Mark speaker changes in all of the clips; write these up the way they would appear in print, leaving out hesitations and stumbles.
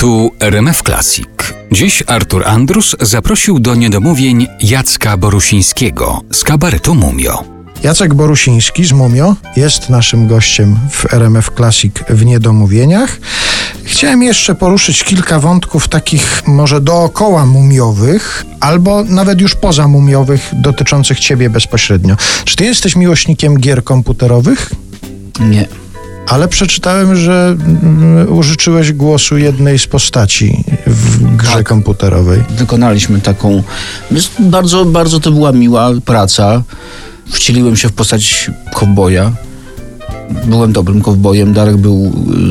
Speaker 1: Tu RMF Classic. Dziś Artur Andrus zaprosił do niedomówień Jacka Borusińskiego z kabaretu Mumio.
Speaker 2: Jacek Borusiński z Mumio jest naszym gościem w RMF Classic w niedomówieniach. Chciałem jeszcze poruszyć kilka wątków takich może dookoła mumiowych, albo nawet już poza mumiowych, dotyczących ciebie bezpośrednio. Czy ty jesteś miłośnikiem gier komputerowych?
Speaker 3: Nie.
Speaker 2: Ale przeczytałem, że użyczyłeś głosu jednej z postaci w grze komputerowej.
Speaker 3: Wykonaliśmy taką... Bardzo, bardzo to była miła praca. Wcieliłem się w postać kowboja. Byłem dobrym kowbojem. Darek był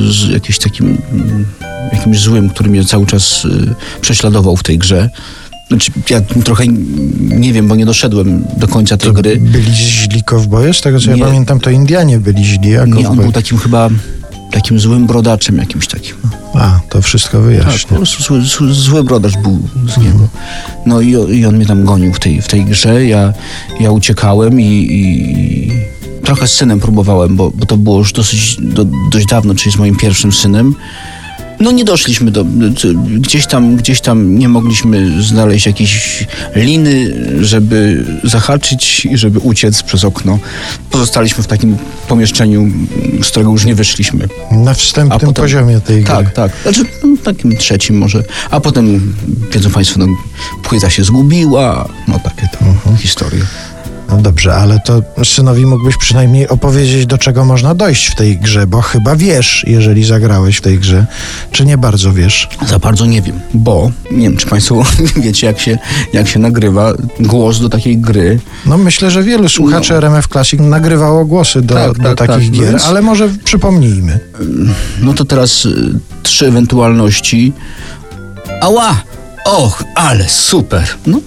Speaker 3: jakimś złym, który mnie cały czas prześladował w tej grze. Znaczy, ja trochę nie wiem, bo nie doszedłem do końca tej gry.
Speaker 2: Byli źli kowboje? Z tego co ja pamiętam, to Indianie byli źli, a kowboje...
Speaker 3: Nie, on był takim chyba złym brodaczem jakimś takim.
Speaker 2: A, to wszystko wyjaśnia.
Speaker 3: Tak, po prostu zły brodacz był z niego. No i on mnie tam gonił w tej grze. Ja uciekałem i trochę z synem próbowałem, bo to było już dość dawno, czyli z moim pierwszym synem. No nie doszliśmy gdzieś tam nie mogliśmy znaleźć jakiejś liny, żeby zahaczyć i żeby uciec przez okno. Pozostaliśmy w takim pomieszczeniu, z którego już nie wyszliśmy.
Speaker 2: Na wstępnym poziomie tej gry.
Speaker 3: Tak. Znaczy takim trzecim może. A potem, wiedzą państwo, płyta się zgubiła. No takie to historie.
Speaker 2: No dobrze, ale to synowi mógłbyś przynajmniej opowiedzieć, do czego można dojść w tej grze, bo chyba wiesz, jeżeli zagrałeś w tej grze, czy nie bardzo wiesz?
Speaker 3: Za bardzo nie wiem, bo nie wiem, czy państwo wiecie, jak się nagrywa głos do takiej gry.
Speaker 2: No myślę, że wielu słuchaczy RMF Classic nagrywało głosy do takich gier, więc... ale może przypomnijmy.
Speaker 3: No to teraz 3 ewentualności. Ała! Och, ale super! No...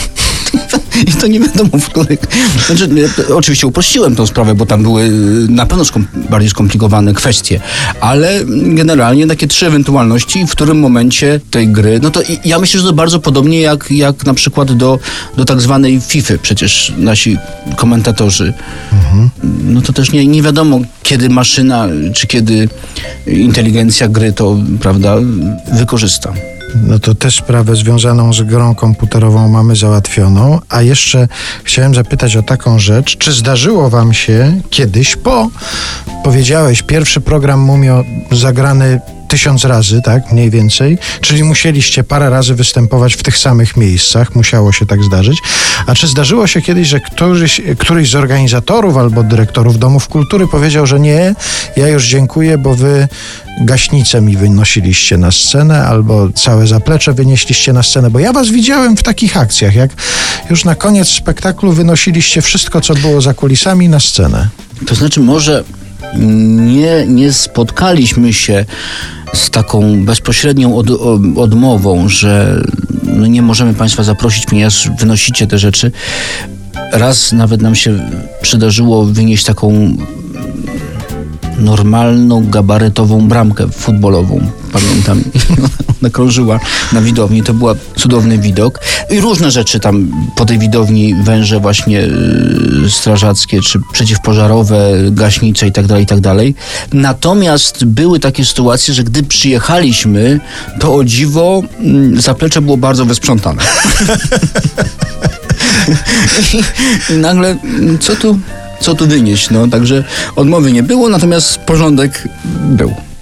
Speaker 3: I to nie wiadomo, w których... Znaczy, oczywiście uprościłem tą sprawę, bo tam były na pewno bardziej skomplikowane kwestie, ale generalnie takie 3 ewentualności, w którym momencie tej gry... No to ja myślę, że to bardzo podobnie jak na przykład do tak zwanej FIFA. Przecież nasi komentatorzy... No to też nie wiadomo, kiedy maszyna, czy kiedy inteligencja gry to, prawda, wykorzysta.
Speaker 2: No to tę sprawę związaną z grą komputerową mamy załatwioną, a jeszcze chciałem zapytać o taką rzecz, czy zdarzyło wam się kiedyś powiedziałeś, pierwszy program Mumio zagrany 1000 razy, tak, mniej więcej, czyli musieliście parę razy występować w tych samych miejscach, musiało się tak zdarzyć, a czy zdarzyło się kiedyś, że któryś z organizatorów albo dyrektorów domów kultury powiedział, że nie, ja już dziękuję, bo wy gaśnicę mi wynosiliście na scenę albo całe zaplecze wynieśliście na scenę, bo ja was widziałem w takich akcjach, jak już na koniec spektaklu wynosiliście wszystko, co było za kulisami, na scenę.
Speaker 3: To znaczy może nie spotkaliśmy się z taką bezpośrednią odmową, że nie możemy państwa zaprosić, ponieważ wynosicie te rzeczy. Raz nawet nam się przydarzyło wynieść taką normalną, gabarytową bramkę futbolową. Pamiętam, ona krążyła na widowni. To był cudowny widok. I różne rzeczy tam po tej widowni, węże właśnie strażackie, czy przeciwpożarowe, gaśnice i tak dalej. Natomiast były takie sytuacje, że gdy przyjechaliśmy, to o dziwo zaplecze było bardzo wysprzątane. I nagle, co tu wynieść? No, także odmowy nie było, natomiast porządek był.